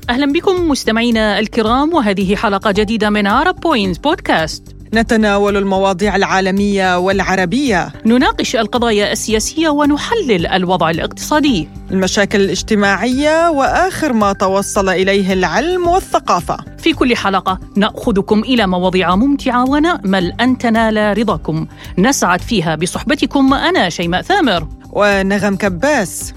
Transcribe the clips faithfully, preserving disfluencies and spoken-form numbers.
أهلا بكم مستمعينا الكرام، وهذه حلقة جديدة من عرب بوينتس بودكاست. نتناول المواضيع العالمية والعربية، نناقش القضايا السياسية ونحلل الوضع الاقتصادي، المشاكل الاجتماعية وآخر ما توصل إليه العلم والثقافة. في كل حلقة نأخذكم إلى مواضيع ممتعة ونأمل أن تنال رضاكم. نسعد فيها بصحبتكم أنا شيماء ثامر ونغم كباس.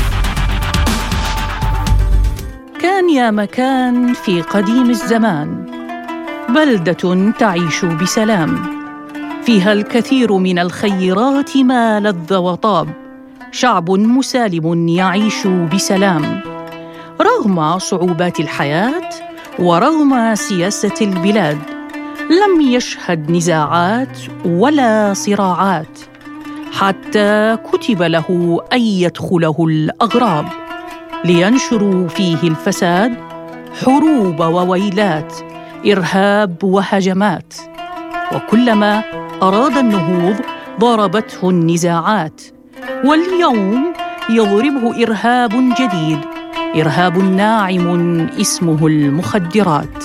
كان يا مكان في قديم الزمان بلدة تعيش بسلام، فيها الكثير من الخيرات ما لذ وطاب، شعب مسالم يعيش بسلام رغم صعوبات الحياة ورغم سياسة البلاد. لم يشهد نزاعات ولا صراعات، حتى كتب له أن يدخله الأغراب لينشروا فيه الفساد، حروب وويلات، إرهاب وهجمات. وكلما أراد النهوض ضربته النزاعات، واليوم يضربه إرهاب جديد، إرهاب ناعم اسمه المخدرات.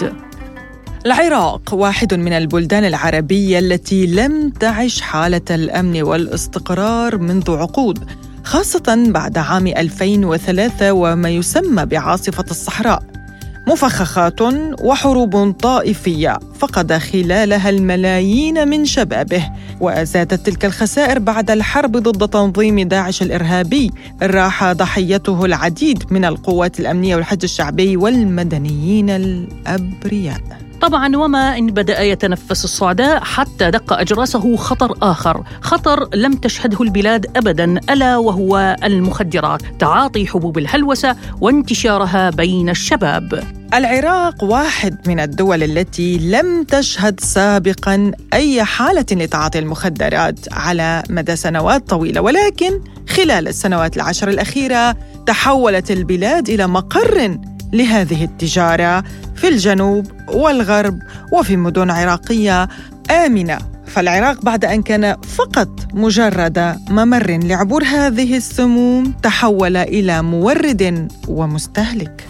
العراق واحد من البلدان العربية التي لم تعش حالة الأمن والاستقرار منذ عقود، خاصة بعد عام ألفين وثلاثة وما يسمى بعاصفة الصحراء. مفخخات وحروب طائفية فقد خلالها الملايين من شبابه، وزادت تلك الخسائر بعد الحرب ضد تنظيم داعش الإرهابي. راح ضحيته العديد من القوات الأمنية والحشد الشعبي والمدنيين الأبرياء. طبعاً، وما إن بدأ يتنفس الصعداء حتى دق أجراسه خطر آخر، خطر لم تشهده البلاد أبداً، ألا وهو المخدرات، تعاطي حبوب الهلوسة وانتشارها بين الشباب. العراق واحد من الدول التي لم تشهد سابقاً أي حالة لتعاطي المخدرات على مدى سنوات طويلة، ولكن خلال السنوات العشر الأخيرة تحولت البلاد إلى مقر لهذه التجارة في الجنوب والغرب وفي مدن عراقية آمنة. فالعراق بعد أن كان فقط مجرد ممر لعبور هذه السموم تحول إلى مورد ومستهلك.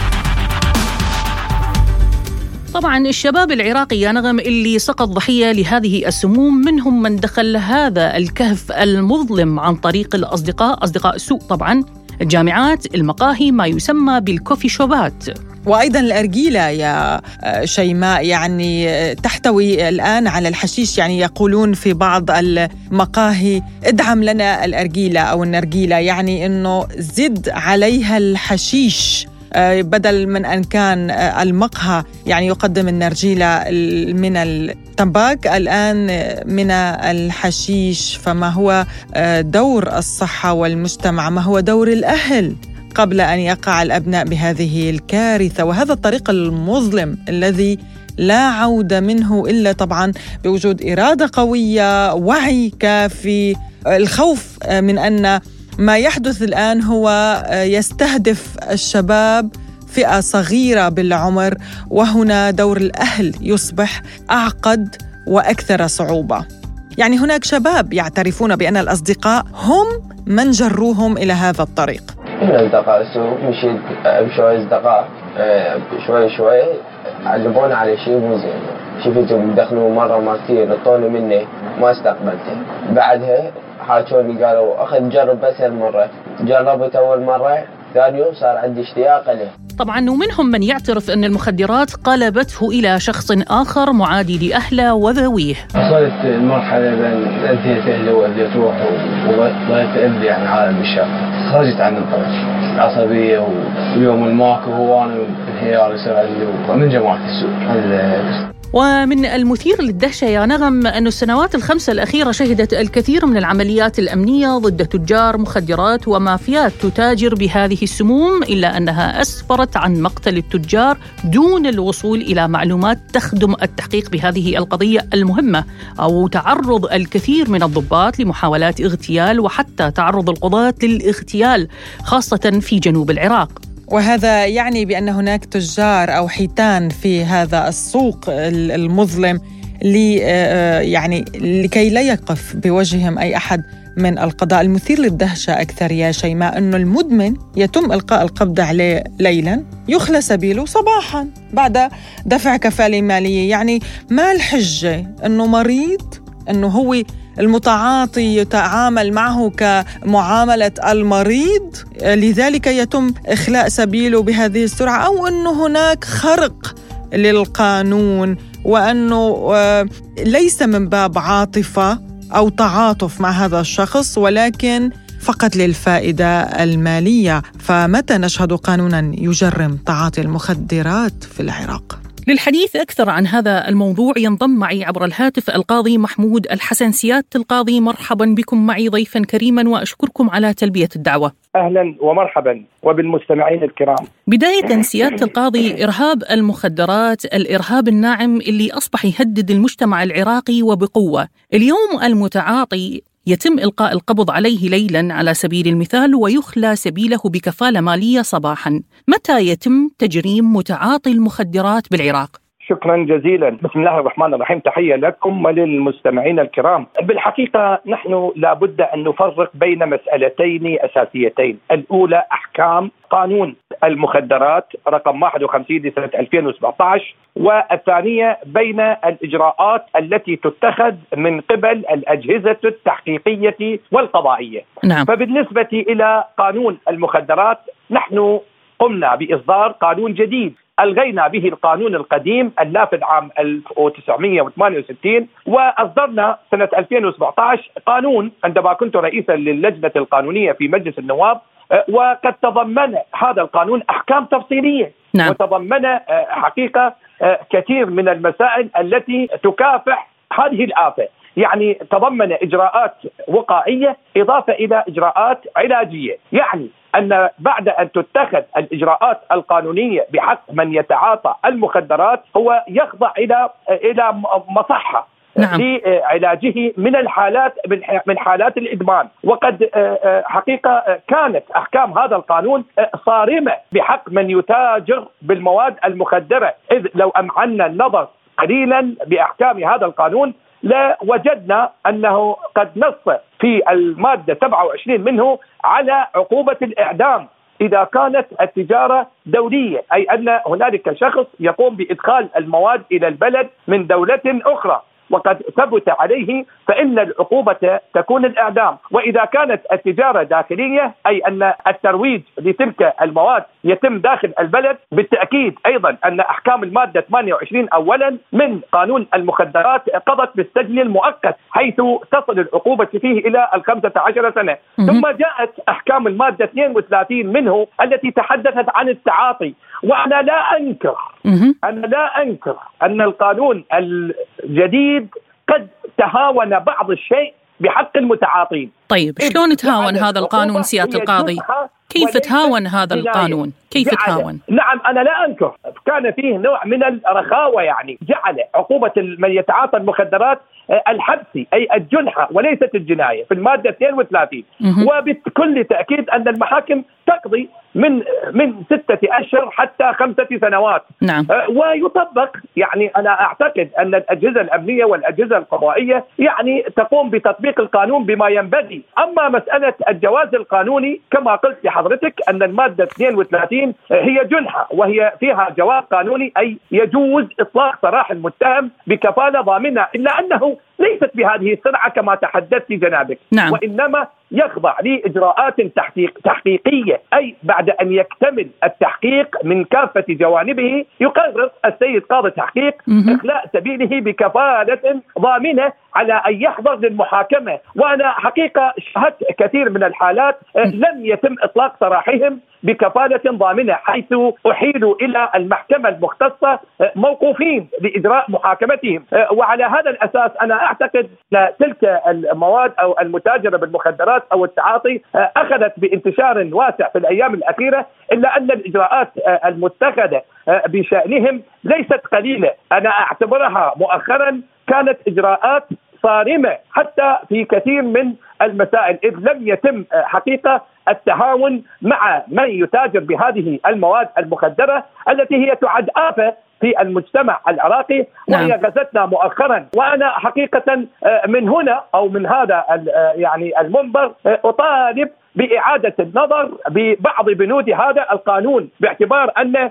طبعاً الشباب العراقي يا نغم اللي سقط ضحية لهذه السموم، منهم من دخل هذا الكهف المظلم عن طريق الأصدقاء، أصدقاء السوء طبعاً، الجامعات، المقاهي، ما يسمى بالكوفي شوبات، وأيضاً الأرجيلة يا شيماء، يعني تحتوي الآن على الحشيش. يعني يقولون في بعض المقاهي ادعم لنا الأرجيلة أو النرجيلة، يعني أنه زد عليها الحشيش بدل من أن كان المقهى يعني يقدم النرجيلة من التمباك، الآن من الحشيش. فما هو دور الصحة والمجتمع؟ ما هو دور الأهل قبل أن يقع الأبناء بهذه الكارثة وهذا الطريق المظلم الذي لا عودة منه إلا طبعاً بوجود إرادة قوية، وعي كافي، الخوف من أن ما يحدث الآن هو يستهدف الشباب، فئة صغيرة بالعمر، وهنا دور الأهل يصبح أعقد وأكثر صعوبة. يعني هناك شباب يعترفون بأن الأصدقاء هم من جروهم إلى هذا الطريق. أصدقاء السوق مشيت بشوي أصدقاء شوي شوي علمونا على شيء مو زين، شفتهم دخلوا مرة مرتين طولوا مني ما استقبلته. بعدها حاجوني قالوا أخذ جرب بس هالمرة، جربت أول مرة، ثاني يوم صار عندي اشتياق له. طبعاً ومنهم من يعترف أن المخدرات قلبته إلى شخص آخر معادي لأهله وذويه. وصلت المرحلة بين أنتهت أهلي وأهلي تروح وضلت أبدي عن عالم الشر، خرجت عن الطريق، العصبية واليوم الماكو هو أنا انهيار يصير عندي ومن جماعة السوق. ومن المثير للدهشة يا نغم أن السنوات الخمسة الأخيرة شهدت الكثير من العمليات الأمنية ضد تجار مخدرات ومافيات تتاجر بهذه السموم، إلا أنها أسفرت عن مقتل التجار دون الوصول إلى معلومات تخدم التحقيق بهذه القضية المهمة، أو تعرض الكثير من الضباط لمحاولات اغتيال، وحتى تعرض القضاة للاغتيال خاصة في جنوب العراق. وهذا يعني بأن هناك تجار أو حيتان في هذا السوق المظلم لي يعني لكي لا يقف بوجههم أي أحد من القضاء. المثير للدهشة أكثر يا شيماء أنه المدمن يتم إلقاء القبض عليه ليلاً، يخلى سبيله صباحاً بعد دفع كفالة مالية. يعني ما الحجة أنه مريض، أنه هو المتعاطي يتعامل معه كمعاملة المريض لذلك يتم إخلاء سبيله بهذه السرعة، أو أنه هناك خرق للقانون وأنه ليس من باب عاطفة أو تعاطف مع هذا الشخص ولكن فقط للفائدة المالية. فمتى نشهد قانونا يجرم تعاطي المخدرات في العراق؟ للحديث أكثر عن هذا الموضوع ينضم معي عبر الهاتف القاضي محمود الحسن. سيادة القاضي، مرحبا بكم معي ضيفا كريما وأشكركم على تلبية الدعوة. أهلا ومرحبا وبالمستمعين الكرام. بداية سيادة القاضي، إرهاب المخدرات الإرهاب الناعم اللي أصبح يهدد المجتمع العراقي وبقوة، اليوم المتعاطي يتم إلقاء القبض عليه ليلا على سبيل المثال ويخلى سبيله بكفالة مالية صباحا. متى يتم تجريم متعاطي المخدرات بالعراق؟ شكرا جزيلا. بسم الله الرحمن الرحيم. تحية لكم وللمستمعين الكرام. بالحقيقة نحن لابد أن نفرق بين مسألتين أساسيتين. الأولى أحكام قانون المخدرات رقم واحد وخمسين لسنة ألفين وسبعة عشر، والثانية بين الإجراءات التي تتخذ من قبل الأجهزة التحقيقية والقضائية. نعم. فبالنسبة إلى قانون المخدرات نحن قمنا بإصدار قانون جديد ألغينا به القانون القديم اللافذ عام ألف وتسعمائة وثمانية وستين، وأصدرنا سنة ألفين وسبعة عشر قانون عندما كنت رئيسا للجنة القانونية في مجلس النواب، وقد تضمن هذا القانون أحكام تفصيلية. نعم. وتضمن حقيقة كثير من المسائل التي تكافح هذه الآفة. يعني تضمن إجراءات وقائية إضافة إلى إجراءات علاجية. يعني أن بعد أن تتخذ الإجراءات القانونية بحق من يتعاطى المخدرات هو يخضع إلى إلى مصحة. نعم. لعلاجه من الحالات من حالات الإدمان. وقد حقيقة كانت أحكام هذا القانون صارمة بحق من يتاجر بالمواد المخدرة، إذ لو أمعنا النظر قليلا بأحكام هذا القانون لوجدنا أنه قد نص في المادة سبعة وعشرين منه على عقوبة الإعدام إذا كانت التجارة دولية، أي أن هنالك شخص يقوم بإدخال المواد إلى البلد من دولة أخرى وقد ثبت عليه فإن العقوبة تكون الإعدام. وإذا كانت التجارة داخلية أي أن الترويج لتلك المواد يتم داخل البلد، بالتأكيد أيضا أن أحكام المادة ثمانية وعشرين أولا من قانون المخدرات قضت بالسجن المؤقت حيث تصل العقوبة فيه إلى الخمسة عشر سنة. ثم جاءت أحكام المادة اثنين وثلاثين منه التي تحدثت عن التعاطي. وأنا لا أنكر أنا لا أنكر أن القانون الجديد قد تهاون بعض الشيء بحق المتعاطين. طيب شلون تهاون هذا القانون سيادة القاضي؟ كيف تهاون هذا القانون؟ كيف تهاون؟ نعم أنا لا أنكر كان فيه نوع من الرخاوة، يعني جعل عقوبة من يتعاطى المخدرات الحبسي أي الجنحة وليست الجناية في المادة اثنين وثلاثين. وبكل تأكيد أن المحاكم تقضي من من ستة أشهر حتى خمسة سنوات. نعم. ويطبق، يعني أنا أعتقد أن الأجهزة الأمنية والأجهزة القضائية يعني تقوم بتطبيق القانون بما ينبغي. أما مسألة الجواز القانوني كما قلت لحضرتك أن المادة اثنين وثلاثين هي جنحة وهي فيها جواز قانوني أي يجوز إطلاق سراح المتهم بكفالة ضامنة، إلا أنه ليست بهذه السرعة كما تحدثت جنابك. نعم. وإنما يخضع لإجراءات تحقيق تحقيقية أي بعد أن يكتمل التحقيق من كافة جوانبه يقرر السيد قاضي التحقيق إخلاء سبيله بكفالة ضامنة على أن يحضر للمحاكمة. وأنا حقيقة شاهدت كثير من الحالات لم يتم إطلاق سراحهم بكفالة ضامنة حيث أحيلوا إلى المحكمة المختصة موقوفين لإجراء محاكمتهم. وعلى هذا الأساس أنا أعتقد أن تلك المواد أو المتاجرة بالمخدرات أو التعاطي أخذت بانتشار واسع في الأيام الأخيرة، إلا أن الإجراءات المتخذة بشأنهم ليست قليلة. أنا أعتبرها مؤخرا كانت إجراءات صارمة حتى في كثير من المسائل، إذ لم يتم حقيقة التهاون مع من يتاجر بهذه المواد المخدرة التي هي تعد آفة في المجتمع العراقي، وهي نعم. غزتنا مؤخرا. وأنا حقيقة من هنا أو من هذا يعني المنبر أطالب بإعادة النظر ببعض بنود هذا القانون، باعتبار أن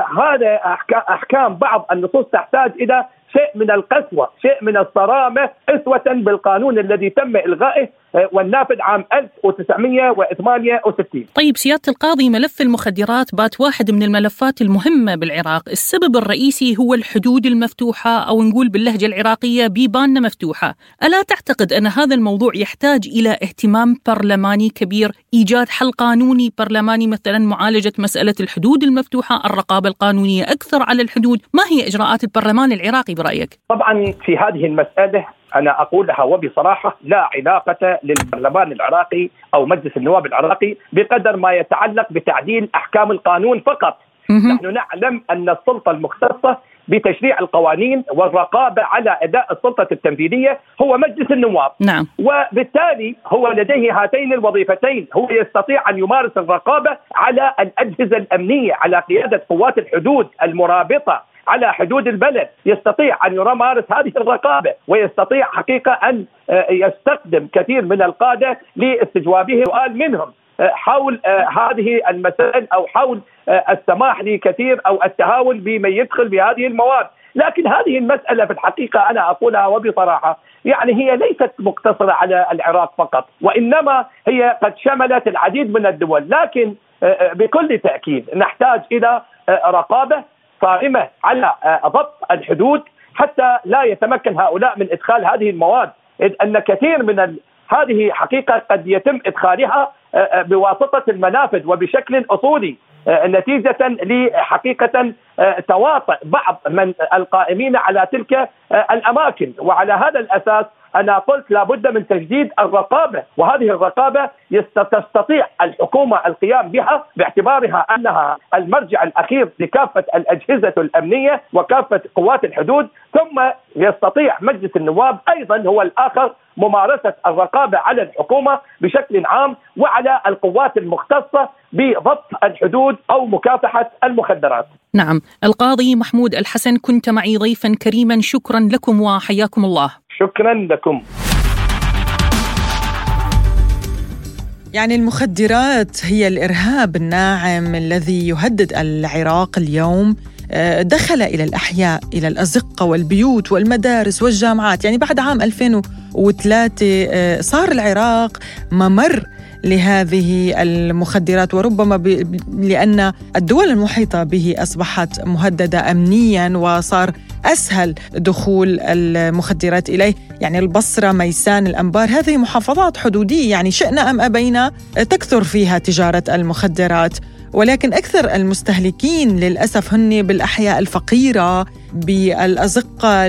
هذا أحكام بعض النصوص تحتاج إلى شيء من القسوة، شيء من الصرامة، أسوة بالقانون الذي تم إلغائه والنافذ عام ألف وتسعمئة وثمانية وستين. طيب سيادة القاضي، ملف المخدرات بات واحد من الملفات المهمة بالعراق. السبب الرئيسي هو الحدود المفتوحة، أو نقول باللهجة العراقية بيبان مفتوحة. ألا تعتقد أن هذا الموضوع يحتاج إلى اهتمام برلماني كبير، إيجاد حل قانوني برلماني مثلا، معالجة مسألة الحدود المفتوحة، الرقابة القانونية أكثر على الحدود؟ ما هي إجراءات البرلمان العراقي برأيك؟ طبعا في هذه المسألة أنا أقولها وبصراحة لا علاقة للبرلمان العراقي أو مجلس النواب العراقي بقدر ما يتعلق بتعديل أحكام القانون فقط. نحن نعلم أن السلطة المختصة بتشريع القوانين والرقابة على أداء السلطة التنفيذية هو مجلس النواب. نعم. وبالتالي هو لديه هاتين الوظيفتين، هو يستطيع أن يمارس الرقابة على الأجهزة الأمنية، على قيادة قوات الحدود المرابطة على حدود البلد، يستطيع أن يمارس هذه الرقابة، ويستطيع حقيقة أن يستخدم كثير من القادة لاستجوابه سؤال منهم حول هذه المسائل أو حول السماح لكثير أو التهاون بمن يدخل بهذه المواد. لكن هذه المسألة في الحقيقة أنا أقولها وبصراحة يعني هي ليست مقتصرة على العراق فقط، وإنما هي قد شملت العديد من الدول. لكن بكل تأكيد نحتاج إلى رقابة صارمة على ضبط الحدود حتى لا يتمكن هؤلاء من إدخال هذه المواد، إذ أن كثير من ال... هذه حقيقة قد يتم إدخالها بواسطة المنافذ وبشكل أصولي، نتيجة لحقيقة تواطؤ بعض من القائمين على تلك الأماكن. وعلى هذا الأساس أنا قلت لابد من تجديد الرقابة، وهذه الرقابة تستطيع الحكومة القيام بها باعتبارها أنها المرجع الأخير لكافة الأجهزة الأمنية وكافة قوات الحدود، ثم يستطيع مجلس النواب أيضا هو الآخر ممارسة الرقابة على الحكومة بشكل عام وعلى القوات المختصة بضبط الحدود أو مكافحة المخدرات. نعم. القاضي محمود الحسن، كنت معي ضيفا كريما، شكرا لكم وحياكم الله. شكرا لكم. يعني المخدرات هي الإرهاب الناعم الذي يهدد العراق اليوم، دخل إلى الأحياء، إلى الأزقة والبيوت والمدارس والجامعات. يعني بعد عام ألفين وثلاثة صار العراق ممر لهذه المخدرات، وربما ب... لأن الدول المحيطة به أصبحت مهددة أمنياً وصار أسهل دخول المخدرات إليه. يعني البصرة، ميسان، الأنبار، هذه محافظات حدودية، يعني شئنا أم أبينا تكثر فيها تجارة المخدرات، ولكن أكثر المستهلكين للأسف هن بالأحياء الفقيرة، بالأزقة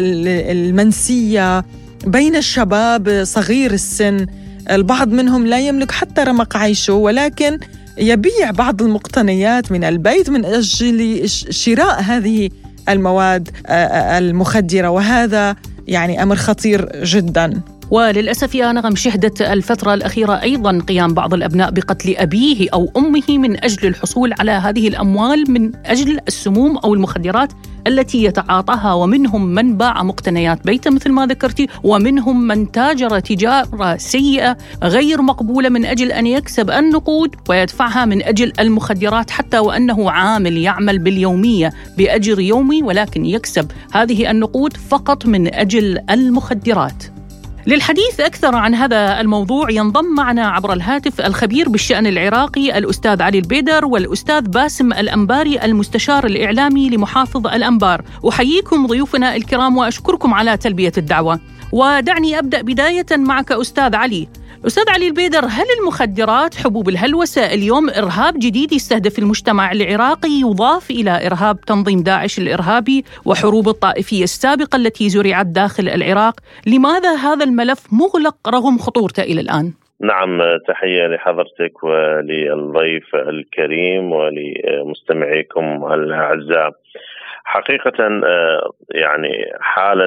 المنسية، بين الشباب صغير السن. البعض منهم لا يملك حتى رمق عيشه، ولكن يبيع بعض المقتنيات من البيت من أجل شراء هذه المواد المخدرة، وهذا يعني أمر خطير جداً. وللأسف يا نغم، شهدت الفترة الأخيرة أيضا قيام بعض الأبناء بقتل أبيه أو أمه من أجل الحصول على هذه الأموال، من أجل السموم أو المخدرات التي يتعاطاها. ومنهم من باع مقتنيات بيته مثل ما ذكرتي، ومنهم من تاجر تجارة سيئة غير مقبولة من أجل أن يكسب النقود ويدفعها من أجل المخدرات، حتى وأنه عامل يعمل باليومية بأجر يومي، ولكن يكسب هذه النقود فقط من أجل المخدرات. للحديث أكثر عن هذا الموضوع ينضم معنا عبر الهاتف الخبير بالشأن العراقي الأستاذ علي البيدر والأستاذ باسم الأنباري المستشار الإعلامي لمحافظ الأنبار. أحييكم ضيوفنا الكرام وأشكركم على تلبية الدعوة. ودعني أبدأ بداية معك أستاذ علي. أستاذ علي البيدر، هل المخدرات، حبوب الهلوسة، اليوم إرهاب جديد يستهدف المجتمع العراقي يضاف إلى إرهاب تنظيم داعش الإرهابي وحروب الطائفية السابقة التي زرعت داخل العراق؟ لماذا هذا الملف مغلق رغم خطورته إلى الآن؟ نعم، تحية لحضرتك وللضيف الكريم ولمستمعيكم الأعزاء. حقيقة يعني حالة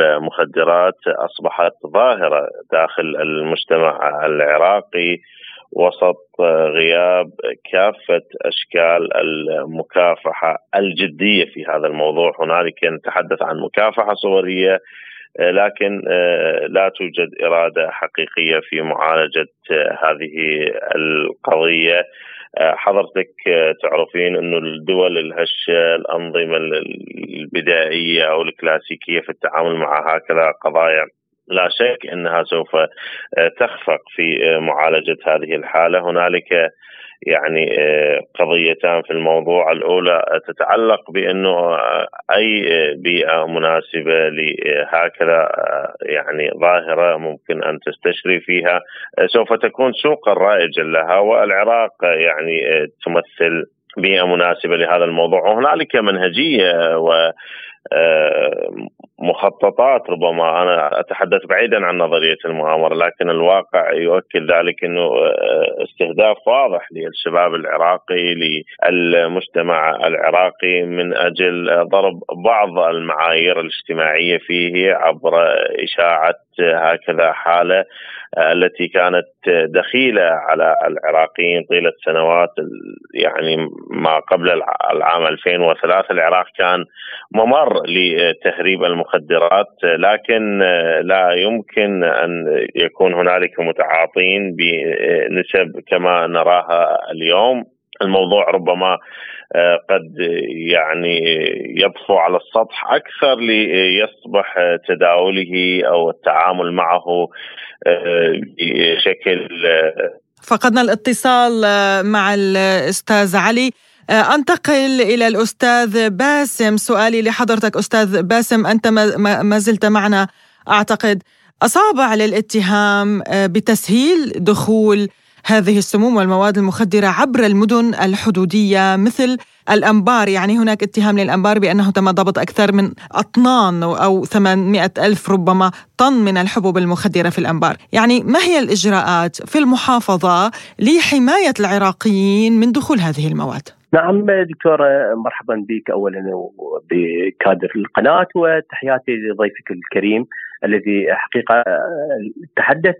المخدرات أصبحت ظاهرة داخل المجتمع العراقي، وسط غياب كافة أشكال المكافحة الجدية في هذا الموضوع. هنالك نتحدث عن مكافحة صورية، لكن لا توجد إرادة حقيقية في معالجة هذه القضية. حضرتك تعرفين أنه الدول الهشة الأنظمة البدائية أو الكلاسيكية في التعامل مع هكذا قضايا لا شك أنها سوف تخفق في معالجة هذه الحالة. هنالك يعني قضيتان في الموضوع. الأولى تتعلق بأنه أي بيئة مناسبة لهكذا يعني ظاهرة ممكن أن تستشري فيها سوف تكون سوقا رائجا لها، والعراق يعني تمثل بيئة مناسبة لهذا الموضوع. وهنالك منهجية و مخططات، ربما أنا أتحدث بعيدا عن نظرية المؤامرة، لكن الواقع يؤكد ذلك أنه استهداف واضح للشباب العراقي للمجتمع العراقي من أجل ضرب بعض المعايير الاجتماعية فيه عبر إشاعة هكذا حالة التي كانت دخيلة على العراقيين طيلة سنوات. يعني ما قبل العام ألفين وثلاثة العراق كان ممر لتهريب المخدرات، لكن لا يمكن أن يكون هنالك متعاطين بنسب كما نراها اليوم. الموضوع ربما قد يعني يطفو على السطح أكثر ليصبح تداوله أو التعامل معه بشكل. فقدنا الاتصال مع الأستاذ علي. أنتقل إلى الأستاذ باسم. سؤالي لحضرتك أستاذ باسم، أنت ما زلت معنا أعتقد. أصابع للاتهام بتسهيل دخول هذه السموم والمواد المخدرة عبر المدن الحدودية مثل الأنبار، يعني هناك اتهام للأنبار بأنه تم ضبط أكثر من أطنان أو ثمانمائة ألف ربما طن من الحبوب المخدرة في الأنبار. يعني ما هي الإجراءات في المحافظة لحماية العراقيين من دخول هذه المواد؟ نعم دكتورة، مرحبا بك أولا وبكادر القناة، وتحياتي لضيفك الكريم الذي حقيقة تحدث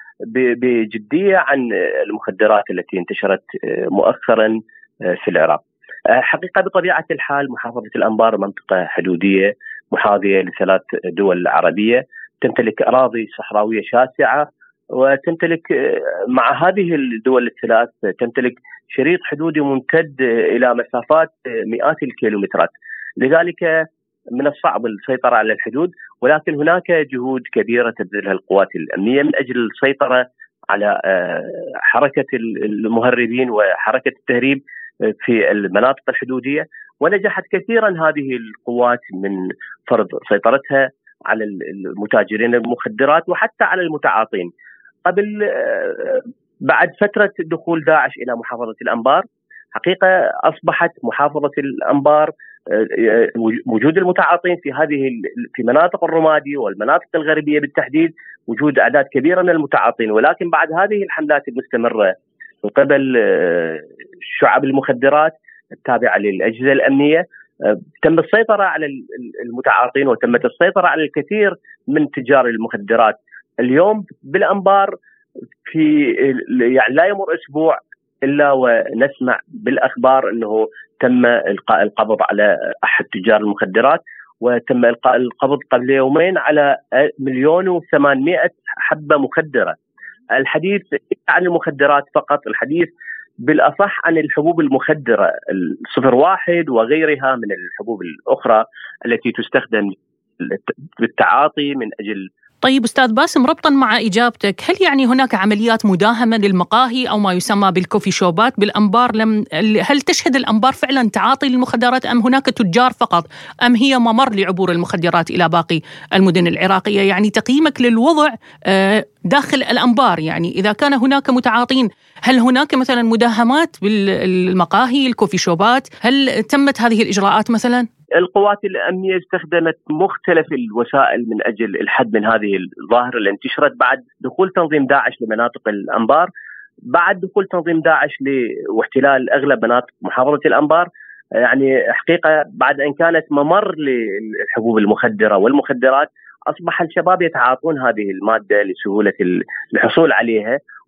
بجدية عن المخدرات التي انتشرت مؤخرا في العراق. حقيقة بطبيعة الحال محافظة الأنبار منطقة حدودية محاذية لثلاث دول عربية، تمتلك أراضي صحراوية شاسعة، وتمتلك مع هذه الدول الثلاث تمتلك شريط حدودي ممتد إلى مسافات مئات الكيلومترات. لذلك من الصعب السيطرة على الحدود، ولكن هناك جهود كبيرة تبذلها القوات الأمنية من أجل السيطرة على حركة المهربين وحركة التهريب في المناطق الحدودية، ونجحت كثيرا هذه القوات من فرض سيطرتها على المتاجرين المخدرات وحتى على المتعاطين. قبل بعد فترة دخول داعش إلى محافظة الأنبار حقيقة أصبحت محافظة الأنبار وجود المتعاطين في هذه في مناطق الرمادي والمناطق الغربية بالتحديد وجود أعداد كبيرة من المتعاطين، ولكن بعد هذه الحملات المستمرة من قبل شعب المخدرات التابعة للأجهزة الأمنية تم السيطرة على المتعاطين وتمت السيطرة على الكثير من تجار المخدرات. اليوم بالأنبار في يعني لا يمر أسبوع إلا ونسمع بالأخبار أنه تم إلقاء القبض على أحد تجار المخدرات، وتم إلقاء القبض قبل يومين على مليون وثمانمائة حبة مخدرة. الحديث عن المخدرات فقط، الحديث بالأصح عن الحبوب المخدرة الصفر واحد وغيرها من الحبوب الأخرى التي تستخدم بالتعاطي من أجل. طيب أستاذ باسم، ربطا مع إجابتك، هل يعني هناك عمليات مداهمة للمقاهي أو ما يسمى بالكوفي شوبات بالأنبار؟ لم هل تشهد الأنبار فعلا تعاطي للمخدرات أم هناك تجار فقط، أم هي ممر لعبور المخدرات إلى باقي المدن العراقية؟ يعني تقييمك للوضع داخل الأنبار، يعني إذا كان هناك متعاطين هل هناك مثلا مداهمات بالمقاهي الكوفي شوبات؟ هل تمت هذه الإجراءات مثلا؟ القوات الأمنية استخدمت مختلف الوسائل من أجل الحد من هذه الظاهرة اللي انتشرت بعد دخول تنظيم داعش لمناطق الأنبار. بعد دخول تنظيم داعش واحتلال أغلب مناطق محافظة الأنبار، يعني حقيقة بعد أن كانت ممر للحبوب المخدرة والمخدرات، أصبح الشباب يتعاطون هذه المادة لسهولة الحصول عليها،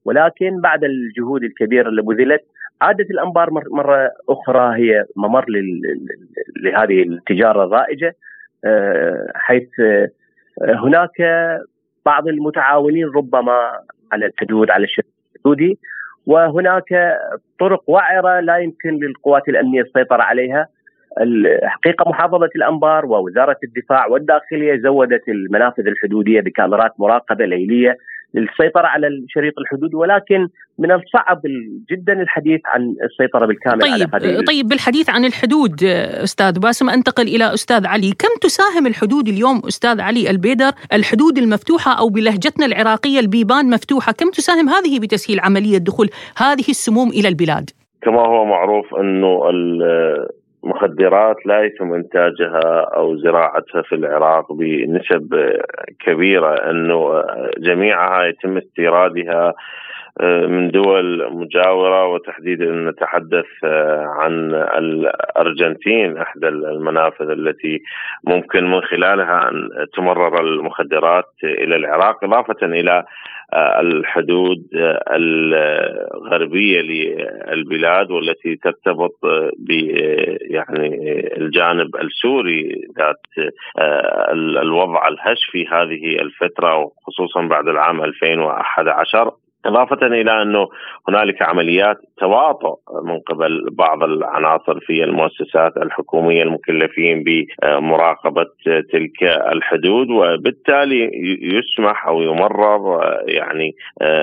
ولكن بعد الجهود الكبيرة اللي بذلت عادت الأنبار مرة أخرى هي ممر لهذه التجارة الرائجة، حيث هناك بعض المتعاونين ربما على الحدود على الشريط الحدودي، وهناك طرق وعرة لا يمكن للقوات الأمنية السيطرة عليها. الحقيقة محافظة الأنبار ووزارة الدفاع والداخلية زودت المنافذ الحدودية بكاميرات مراقبة ليلية للسيطرة على الشريط الحدودي، ولكن من الصعب جدا الحديث عن السيطرة بالكامل. طيب على هذه. طيب بالحديث عن الحدود أستاذ باسم، أنتقل إلى أستاذ علي. كم تساهم الحدود اليوم أستاذ علي البيدر، الحدود المفتوحة أو بلهجتنا العراقية البيبان مفتوحة، كم تساهم هذه بتسهيل عملية دخول هذه السموم إلى البلاد؟ كما هو معروف أنه المخدرات لا يتم إنتاجها أو زراعتها في العراق بنسب كبيرة، أنه جميعها يتم استيرادها من دول مجاورة، وتحديدا نتحدث عن الأرجنتين أحدى المنافذ التي ممكن من خلالها أن تمرر المخدرات إلى العراق، إضافة إلى الحدود الغربية للبلاد والتي ترتبط ب يعني الجانب السوري ذات الوضع الهش في هذه الفترة، وخصوصا بعد العام ألفين وأحد عشر، إضافة إلى أنه هنالك عمليات تواطؤ من قبل بعض العناصر في المؤسسات الحكومية المكلفين بمراقبة تلك الحدود، وبالتالي يسمح أو يمرر يعني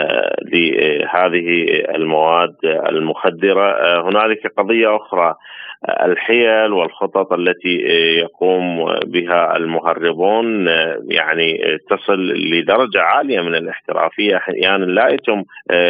لهذه المواد المخدرة. هنالك قضية أخرى، الحيل والخطط التي يقوم بها المهربون يعني تصل لدرجة عالية من الاحترافية، أحيانا لا يتم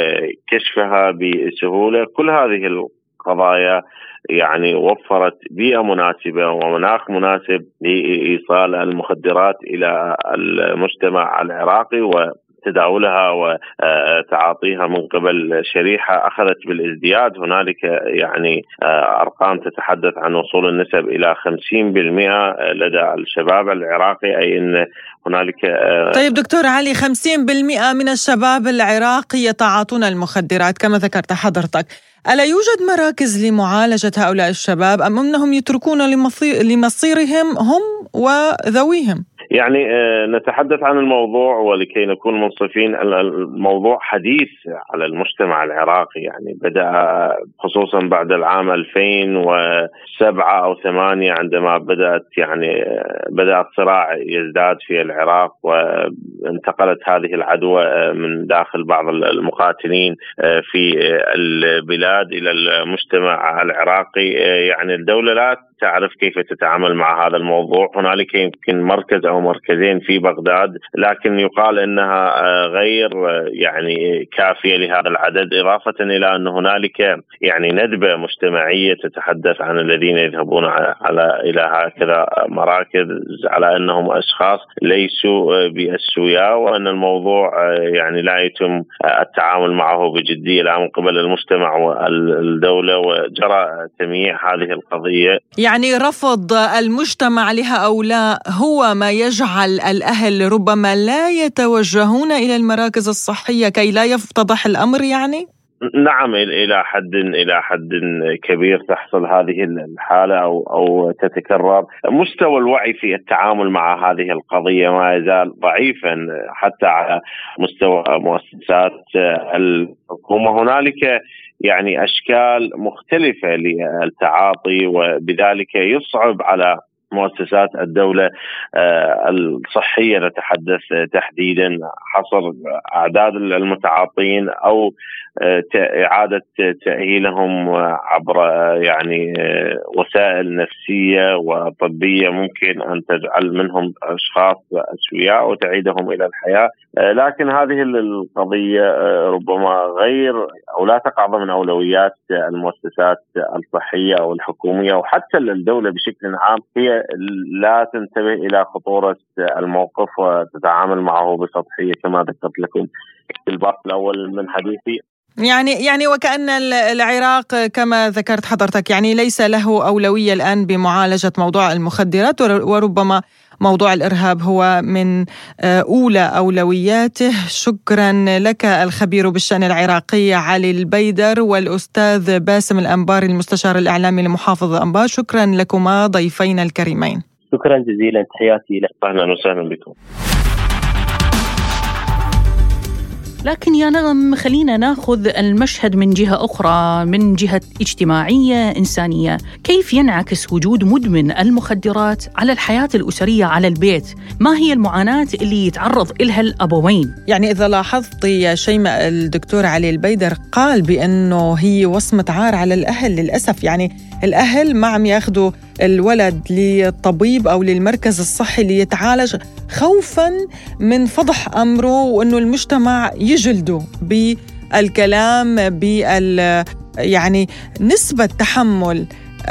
كشفها بسهولة. كل هذه القضايا يعني وفرت بيئة مناسبة ومناخ مناسب لإيصال المخدرات إلى المجتمع العراقي و تداولها وتعاطيها من قبل شريحة أخذت بالازدياد. هنالك يعني أرقام تتحدث عن وصول النسب إلى خمسين بالمئة لدى الشباب العراقي، أي أن هنالك. طيب دكتور علي، خمسين بالمئة من الشباب العراقي يتعاطون المخدرات كما ذكرت حضرتك، ألا يوجد مراكز لمعالجة هؤلاء الشباب أم أنهم يتركون لمصيرهم هم وذويهم؟ يعني نتحدث عن الموضوع ولكي نكون منصفين، الموضوع حديث على المجتمع العراقي، يعني بدأ خصوصا بعد العام ألفين وسبعة أو ثمانية عندما بدأت يعني بدأ الصراع يزداد في العراق، وانتقلت هذه العدوى من داخل بعض المقاتلين في البلاد إلى المجتمع العراقي. يعني الدولة لا تعرف كيف تتعامل مع هذا الموضوع. هنالك يمكن مركز أو مركزين في بغداد، لكن يقال أنها غير يعني كافية لهذا العدد، إضافة إلى أن هنالك يعني ندبة مجتمعية تتحدث عن الذين يذهبون على إلى هكذا مراكز على أنهم أشخاص ليسوا بالسويا، وأن الموضوع يعني لا يتم التعامل معه بجدية لا من قبل المجتمع والدولة، وجرى تمييع هذه القضية. يعني رفض المجتمع لها أو لا هو ما يجعل الأهل ربما لا يتوجهون إلى المراكز الصحية كي لا يفتضح الأمر يعني؟ نعم، إلى حد إلى حد كبير تحصل هذه الحالة أو أو تتكرر. مستوى الوعي في التعامل مع هذه القضية ما يزال ضعيفا حتى على مستوى مؤسسات الحكومة. هنالك يعني أشكال مختلفة للتعاطي، وبذلك يصعب على مؤسسات الدولة الصحية نتحدث تحديدا حصر أعداد المتعاطين أو إعادة تأهيلهم عبر يعني وسائل نفسية وطبية ممكن أن تجعل منهم أشخاص أسوياء وتعيدهم إلى الحياة. لكن هذه القضية ربما غير أو لا تقع ضمن أولويات المؤسسات الصحية أو الحكومية وحتى الدولة بشكل عام. هي لا تنتبه إلى خطورة الموقف وتتعامل معه بسطحية كما ذكرت لكم في الباب الأول من حديثي. يعني يعني وكأن العراق كما ذكرت حضرتك يعني ليس له أولوية الآن بمعالجة موضوع المخدرات، وربما موضوع الإرهاب هو من أولى أولوياته. شكرا لك الخبير بالشأن العراقي علي البيدر والأستاذ باسم الأنباري المستشار الإعلامي لمحافظة الأنبار. شكرا لكما ضيفين الكريمين. شكرا جزيلا، تحياتي لك. أهلا وسهلا بكم. لكن يا نغم، خلينا ناخذ المشهد من جهة أخرى، من جهة اجتماعية إنسانية. كيف ينعكس وجود مدمن المخدرات على الحياة الأسرية، على البيت؟ ما هي المعاناة اللي يتعرض إلها الأبوين؟ يعني إذا لاحظت يا شيماء، الدكتور علي البيدر قال بأنه هي وصمة عار على الأهل للأسف. يعني الأهل ما عم ياخدوا الولد للطبيب أو للمركز الصحي ليتعالج خوفاً من فضح أمره وأنه المجتمع يجلده بالكلام، بال يعني نسبة تحمل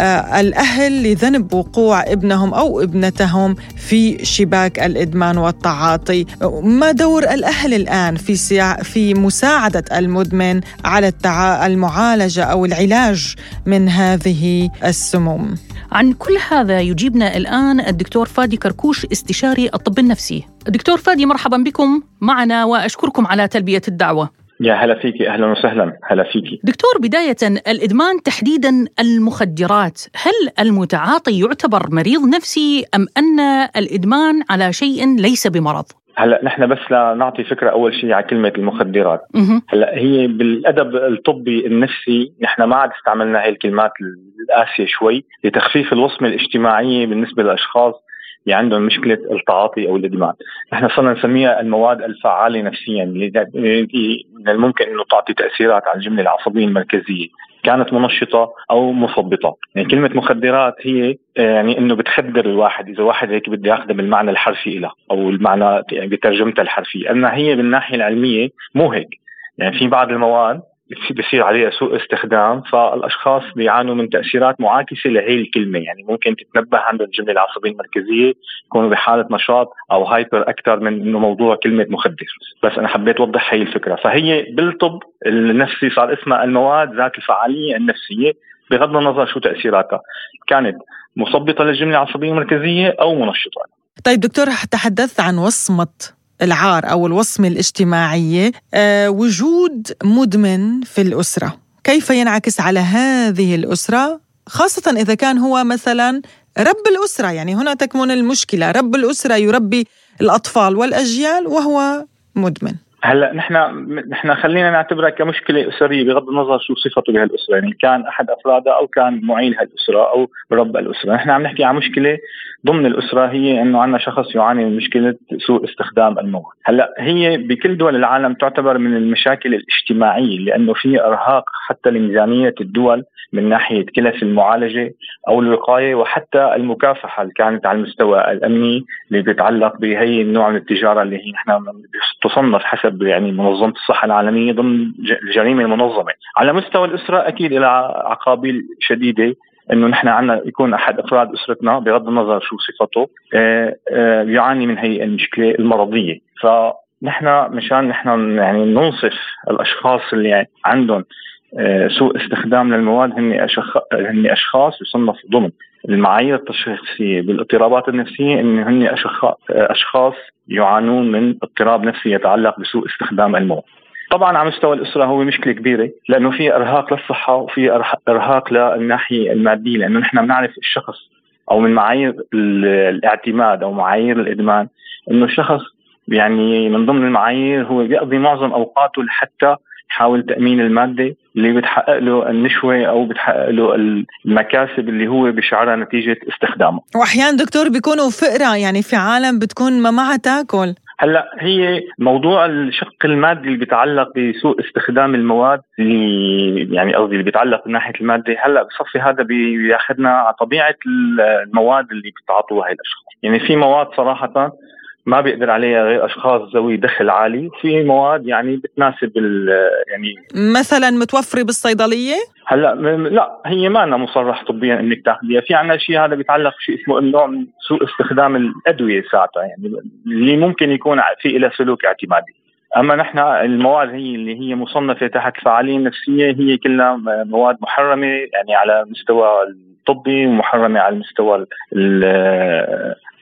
الأهل لذنب وقوع ابنهم أو ابنتهم في شباك الإدمان والتعاطي. ما دور الأهل الآن في في مساعدة المدمن على التع... المعالجة أو العلاج من هذه السموم؟ عن كل هذا يجيبنا الآن الدكتور فادي كركوش، استشاري الطب النفسي. دكتور فادي، مرحبا بكم معنا وأشكركم على تلبية الدعوة. يا هلا فيكي، أهلا وسهلا، هلا فيكي. دكتور، بداية الإدمان تحديدا المخدرات، هل المتعاطي يعتبر مريض نفسي أم أن الإدمان على شيء ليس بمرض؟ هلا نحن بس لنعطي فكرة أول شيء على كلمة المخدرات. هلا هي بالأدب الطبي النفسي نحن ما عاد استعملنا هاي الكلمات القاسية شوي لتخفيف الوصمة الاجتماعية بالنسبة للأشخاص اللي عندهم مشكلة التعاطي أو الإدمان. نحن صرنا نسميها المواد الفعالة نفسيا، اللي من الممكن أنه تعطي تأثيرات على الجملة العصبية المركزية، كانت منشطة أو مثبطة. يعني كلمة مخدرات هي يعني أنه بتخدر الواحد، إذا واحد هيك بده ياخذها بالمعنى الحرفي لها أو المعنى يعني بترجمتها الحرفية. أما هي بالناحية العلمية مو هيك. يعني في بعض المواد بصير عليها سوء استخدام، فالأشخاص بيعانوا من تأثيرات معاكسة لهي الكلمة. يعني ممكن تتنبه عند الجملة العصبية المركزية، يكونوا بحالة نشاط أو هايبر أكثر من إنه موضوع كلمة مخدر. بس أنا حبيت أوضح هي الفكرة. فهي بالطب النفسي صار اسمها المواد ذات الفعالية النفسية، بغض النظر شو تأثيراتها، كانت مثبطة للجملة العصبية المركزية أو منشطة. طيب دكتور، تحدثت عن وصمة العار أو الوصمة الاجتماعية. أه وجود مدمن في الأسرة كيف ينعكس على هذه الأسرة، خاصة إذا كان هو مثلا رب الأسرة؟ يعني هنا تكمن المشكلة، رب الأسرة يربي الأطفال والأجيال وهو مدمن. هلا نحن نحن خلينا نعتبرها كمشكله اسريه بغض النظر شو صفته بهالاسره، يعني كان احد افرادها او كان معين هالاسره او رب الاسره. نحن عم نحكي عن مشكله ضمن الاسره، هي انه عندنا شخص يعاني من مشكله سوء استخدام المواد. هلا هي بكل دول العالم تعتبر من المشاكل الاجتماعيه، لانه في ارهاق حتى لميزانيه الدول من ناحيه كلف المعالجه او الوقايه وحتى المكافحه اللي كانت على المستوى الامني اللي بيتعلق بهي النوع من التجاره اللي هي نحن تصنف حسب يعني منظمه الصحه العالميه ضمن الجريمه المنظمه. على مستوى الاسره اكيد لها عقابيل شديده، انه نحن عنا يكون احد افراد اسرتنا بغض النظر شو صفته يعاني من هي المشكله المرضيه. فنحن مشان نحن يعني ننصف الاشخاص اللي عندهم سوء استخدام للمواد، هن أشخ... هن اشخاص يصنفوا ضمن المعايير التشخيصيه بالاضطرابات النفسيه، ان هن أشخ... اشخاص يعانون من اضطراب نفسي يتعلق بسوء استخدام المواد. طبعا على مستوى الاسره هو مشكله كبيره، لانه في ارهاق للصحه وفي ارهاق للناحيه الماديه، لانه نحن بنعرف الشخص او من معايير الاعتماد او معايير الادمان انه الشخص يعني من ضمن المعايير هو بيقضي معظم اوقاته لحتى يحاول تأمين المادة اللي بتحقق له النشوة أو بتحقق له المكاسب اللي هو بشعرها نتيجة استخدامه. وأحيانا دكتور بيكونوا فقرة، يعني في عالم بتكون ما معها تاكل. هلا هي موضوع الشق المادي اللي بيتعلق بسوء استخدام المواد، اللي يعني قصدي اللي بيتعلق من ناحية المادة، هلا بصفي هذا بياخذنا على طبيعة المواد اللي بتعاطوها هاي الأشخاص. يعني في مواد صراحة ما بيقدر عليها غير أشخاص ذوي دخل عالي، وفي مواد يعني بتناسب يعني مثلا متوفرة بالصيدلية. هلا لا، هي ما أنا مصرح طبيا إنك تاخذيها. في عنا شيء هذا بيتعلق شيء اسمه النوع من سوء استخدام الأدوية ساعتها، يعني اللي ممكن يكون في إلى سلوك اعتمادي. أما نحن المواد هي اللي هي مصنفة تحت فعالية نفسية هي كلها مواد محرمة، يعني على مستوى الطبي، ومحرمة على المستوى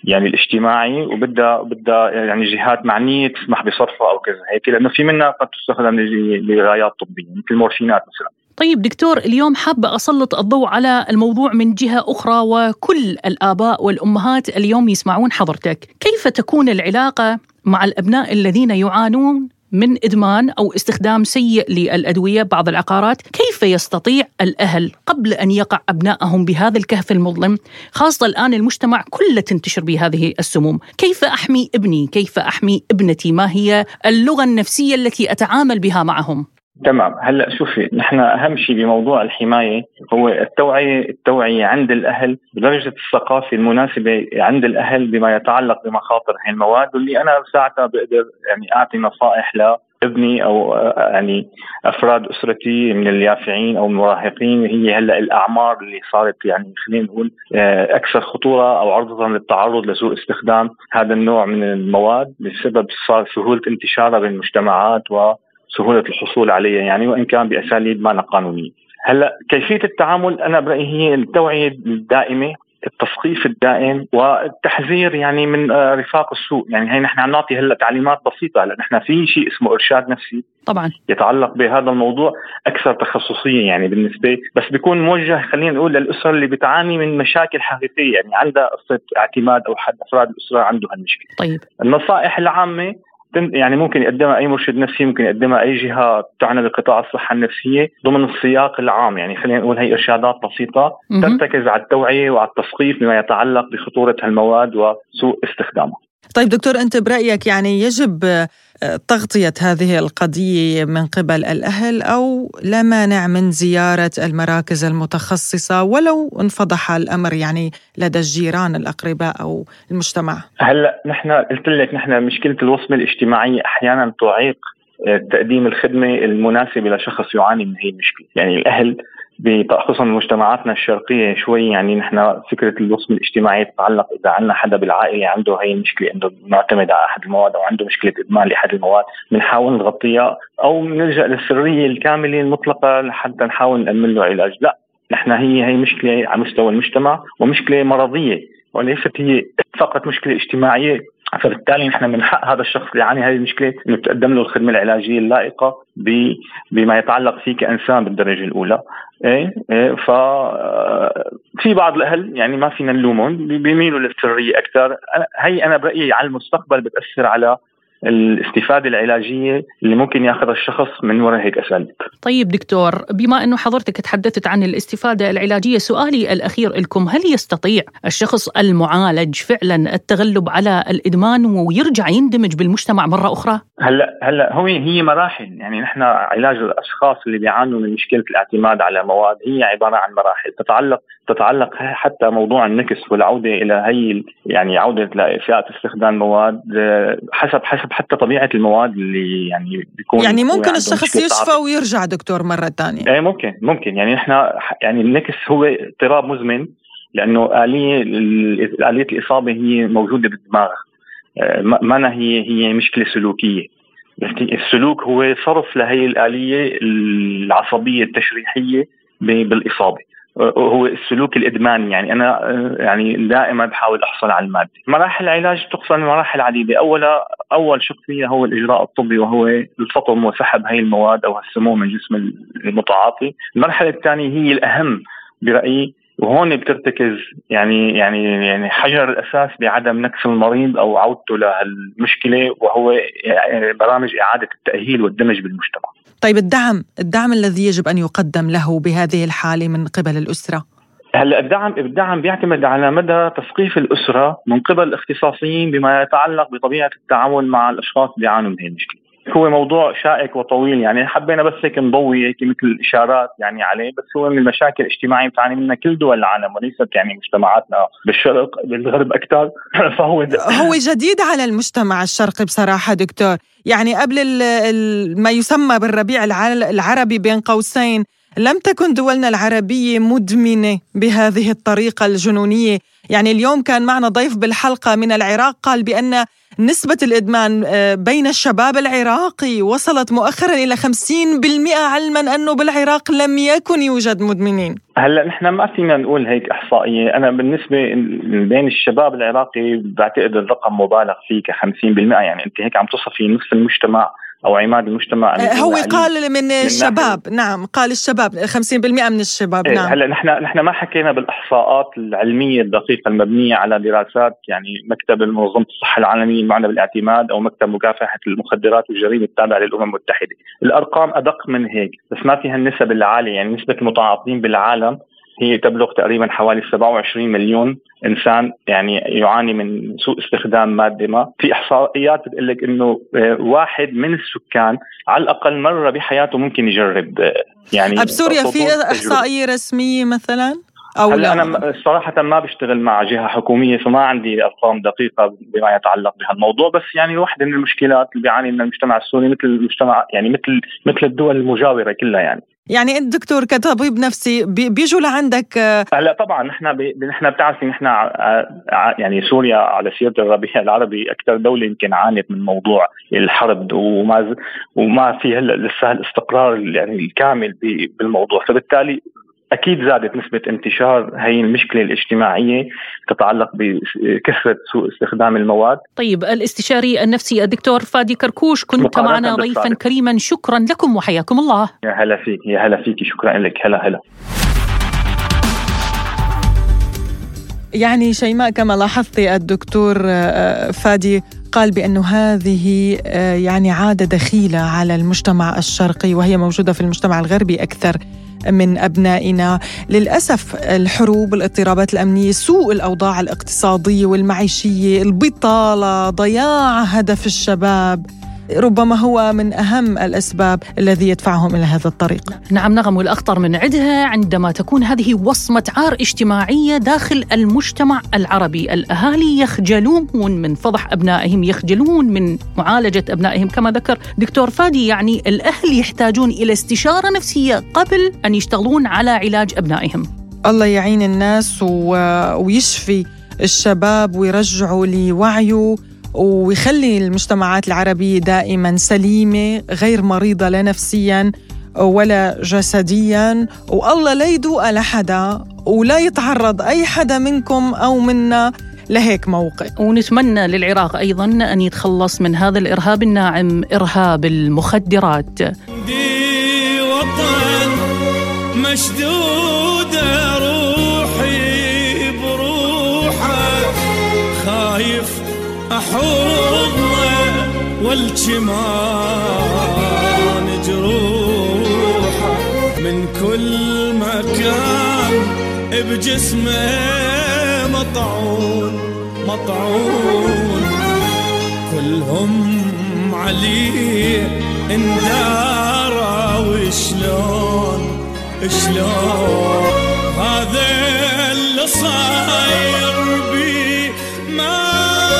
يعني الاجتماعي، وبدها بدها يعني جهات معنيه تسمح بصرفها او كذا هيك، لانه في منها قد تستخدم لغايات طبيه مثل المورفينات مثلا. طيب دكتور، اليوم حابة أسلط الضوء على الموضوع من جهة أخرى، وكل الآباء والأمهات اليوم يسمعون حضرتك. كيف تكون العلاقة مع الأبناء الذين يعانون من إدمان أو استخدام سيء للأدوية بعض العقارات؟ كيف يستطيع الأهل قبل أن يقع أبنائهم بهذا الكهف المظلم، خاصة الآن المجتمع كله تنتشر بهذه السموم؟ كيف أحمي ابني؟ كيف أحمي ابنتي؟ ما هي اللغة النفسية التي أتعامل بها معهم؟ تمام. هلا شوفي، نحن اهم شيء بموضوع الحمايه هو التوعيه، التوعيه عند الاهل بدرجه الثقافه المناسبه عند الاهل بما يتعلق بمخاطر هذه المواد، واللي انا ساعتها بقدر يعني اعطي نصائح لابني او يعني افراد اسرتي من اليافعين او المراهقين. هي هلا الاعمار اللي صارت يعني خلينا نقول اكثر خطوره او عرضه للتعرض لسوء استخدام هذا النوع من المواد بسبب سهوله انتشارها بالمجتمعات و سهولة الحصول عليها، يعني وإن كان بأساليب ما قانونية. هلا كيفية التعامل أنا برأيي هي التوعية الدائمة، التثقيف الدائم، والتحذير يعني من رفاق السوء. يعني هي نحن عم نعطي هلا تعليمات بسيطة. هلا نحن في شيء اسمه إرشاد نفسي طبعا يتعلق بهذا الموضوع أكثر تخصصية يعني بالنسبة، بس بيكون موجه خلينا نقول للأسر اللي بتعاني من مشاكل حقيقية، يعني عندها قصة اعتماد أو حد أفراد الأسرة عنده هالمشكلة. طيب النصائح العامة يعني ممكن يقدمها أي مرشد نفسي، ممكن يقدمها أي جهة تعنى بقطاع الصحة النفسية ضمن السياق العام. يعني خلينا نقول هي إرشادات بسيطة ترتكز على التوعية وعلى التثقيف بما يتعلق بخطورة هالمواد وسوء استخدامها. طيب دكتور، أنت برأيك يعني يجب تغطية هذه القضية من قبل الأهل، أو لا مانع من زيارة المراكز المتخصصة ولو انفضح الأمر يعني لدى الجيران الأقرباء أو المجتمع؟ هلأ نحن قلت لك نحن مشكلة الوصمة الاجتماعية أحيانا تعيق تقديم الخدمة المناسبة لشخص يعاني من هي المشكلة. يعني الأهل خصوصا مجتمعاتنا الشرقية شوي يعني نحن فكرة الوصمة الاجتماعية تتعلق إذا عندنا حدا بالعائلة عنده هاي المشكلة، عنده معتمد على أحد المواد أو عنده مشكلة إدمان لأحد المواد، بنحاول نغطيها أو نلجأ للسرية الكاملة المطلقة لحتى نحاول نأمن له علاج. لا، نحن هي هي مشكلة على مستوى المجتمع ومشكلة مرضية وليست هي فقط مشكلة اجتماعية. فبالتالي نحن من حق هذا الشخص اللي يعاني هذه المشكلة إنه تقدم له الخدمة العلاجية اللائقة بما يتعلق فيه كإنسان بالدرجة الأولى. إيه إيه ففي بعض الأهل يعني ما فينا نلومهم بيميلوا للسرية أكثر. هي أنا برأيي على المستقبل بتأثر على الاستفادة العلاجية اللي ممكن ياخذ الشخص من وراء هيك أساليب. طيب دكتور، بما أنه حضرتك تحدثت عن الاستفادة العلاجية، سؤالي الأخير لكم، هل يستطيع الشخص المعالج فعلا التغلب على الإدمان ويرجع يندمج بالمجتمع مرة أخرى؟ هلا هلا هو هي مراحل. يعني نحن علاج الأشخاص اللي بيعانوا من مشكلة الاعتماد على مواد هي عبارة عن مراحل تتعلق تتعلق حتى موضوع النكس والعودة إلى هي يعني عودة لإفاءة استخدام مواد حسب حسب حتى طبيعة المواد اللي يعني بيكون يعني ممكن الشخص يشفى ويرجع دكتور مرة تانية. ايه ممكن ممكن يعني احنا يعني النكس هو اضطراب مزمن لأنه آلية آلية الإصابة هي موجودة بالدماغ، ما هي هي مشكلة سلوكية. السلوك هو صرف لهي الآلية العصبية التشريحية بالإصابة، هو السلوك الإدماني. يعني أنا يعني دائما بحاول أحصل على المادة. مراحل العلاج تقسم مراحل عديدة. أولا أول شق فيها هو الإجراء الطبي وهو الفطم وسحب هاي المواد أو السموم من جسم المتعاطي. المرحلة الثانية هي الأهم برأيي، وهون بترتكز يعني يعني يعني حجر الأساس بعدم نكس المريض أو عودته لهالمشكلة، وهو برامج إعادة التأهيل والدمج بالمجتمع. طيب الدعم الدعم الذي يجب أن يقدم له بهذه الحالة من قبل الأسرة؟ هلا الدعم الدعم بيعتمد على مدى تثقيف الأسرة من قبل الاختصاصيين بما يتعلق بطبيعة التعامل مع الأشخاص اللي يعانوا من هذه المشكلة. هو موضوع شائك وطويل، يعني حبينا بس هيك نضوي هيك مثل إشارات يعني عليه، بس هو من المشاكل الاجتماعية بتعاني منها كل دول العالم وليست يعني مجتمعاتنا بالشرق بالغرب أكثر. فهو هو جديد على المجتمع الشرقي بصراحة دكتور. يعني قبل ما يسمى بالربيع العربي بين قوسين لم تكن دولنا العربية مدمنة بهذه الطريقة الجنونية. يعني اليوم كان معنا ضيف بالحلقة من العراق قال بأن نسبة الإدمان بين الشباب العراقي وصلت مؤخرا إلى خمسين بالمئة، علما أنه بالعراق لم يكن يوجد مدمنين. هلا نحن ما فينا نقول هيك إحصائية. أنا بالنسبة بين الشباب العراقي بعتقد الرقم مبالغ فيه كخمسين بالمئة. يعني أنت هيك عم تصفي نصف المجتمع أو عماد المجتمع. هو قال من الشباب، نعم قال الشباب خمسين بالمئة من الشباب. نعم. هلا نحن نحن ما حكينا بالإحصاءات العلمية الدقيقة المبنية على دراسات، يعني مكتب منظمة الصحة العالمية المعنى بالاعتماد أو مكتب مكافحة المخدرات والجريمة التابع للأمم المتحدة. الأرقام أدق من هيك بس ما فيها النسب العالية. يعني نسبة المتعاطين بالعالم هي تبلغ تقريبا حوالي سبعة وعشرين مليون إنسان يعني يعاني من سوء استخدام مادة ما. في إحصائيات بتقول لك إنه واحد من السكان على الأقل مرة بحياته ممكن يجرب. يعني بسوريا في إحصائية رسمية مثلا أو هلا أنا صراحة ما بشتغل مع جهة حكومية فما عندي أرقام دقيقة بما يتعلق بهالموضوع، بس يعني واحدة من المشكلات اللي بيعاني من المجتمع السوري مثل المجتمع يعني مثل مثل الدول المجاورة كلها. يعني يعني انت دكتور كطبيب نفسي بيجوا لعندك؟ هلا طبعا نحن ب... نحن بتعرفي نحن يعني سوريا على سيرة الربيع العربي اكثر دولة يمكن عانت من موضوع الحرب وما وما في هلا لسه الاستقرار يعني الكامل ب... بالموضوع، فبالتالي أكيد زادت نسبة انتشار هاي المشكلة الاجتماعية تتعلق بكثرة سوء استخدام المواد. طيب الاستشاري النفسي الدكتور فادي كركوش كنت معنا ضيفا كريما، شكرا لكم وحياكم الله. يا هلا فيك يا هلا فيك شكرا لك. هلا هلا. يعني شيماء كما لاحظتي الدكتور فادي قال بأنه هذه يعني عادة دخيلة على المجتمع الشرقي وهي موجودة في المجتمع الغربي أكثر من أبنائنا. للأسف الحروب، الاضطرابات الأمنية، سوء الأوضاع الاقتصادية والمعيشية، البطالة، ضياع هدف الشباب ربما هو من أهم الأسباب الذي يدفعهم إلى هذا الطريق. نعم نغم، والأخطر من عدها عندما تكون هذه وصمة عار اجتماعية داخل المجتمع العربي. الأهالي يخجلون من فضح أبنائهم، يخجلون من معالجة أبنائهم كما ذكر دكتور فادي. يعني الأهل يحتاجون إلى استشارة نفسية قبل أن يشتغلون على علاج أبنائهم. الله يعين الناس ويشفي الشباب ويرجعوا لوعيه ويخلي المجتمعات العربية دائما سليمة غير مريضة لا نفسيا ولا جسديا، والله لا يدوق لحدا ولا يتعرض أي حدا منكم أو منا لهيك موقف. ونتمنى للعراق أيضا أن يتخلص من هذا الإرهاب الناعم، إرهاب المخدرات. دي وطن مشدودة روحي بروحه، خايف أحضنه والجمان جروحه، من كل مكان بجسمه مطعون مطعون، كلهم عليه اندارا وشلون شلون هذا اللي صاير بي ما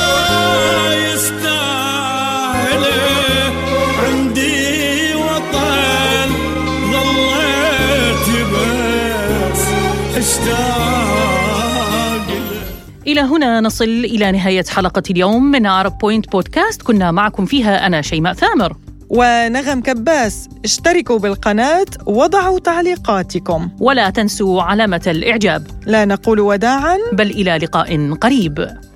إلى هنا نصل إلى نهاية حلقة اليوم من عرب بوينت بودكاست. كنا معكم فيها أنا شيماء ثامر ونغم كباس. اشتركوا بالقناة وضعوا تعليقاتكم ولا تنسوا علامة الإعجاب. لا نقول وداعاً بل إلى لقاء قريب.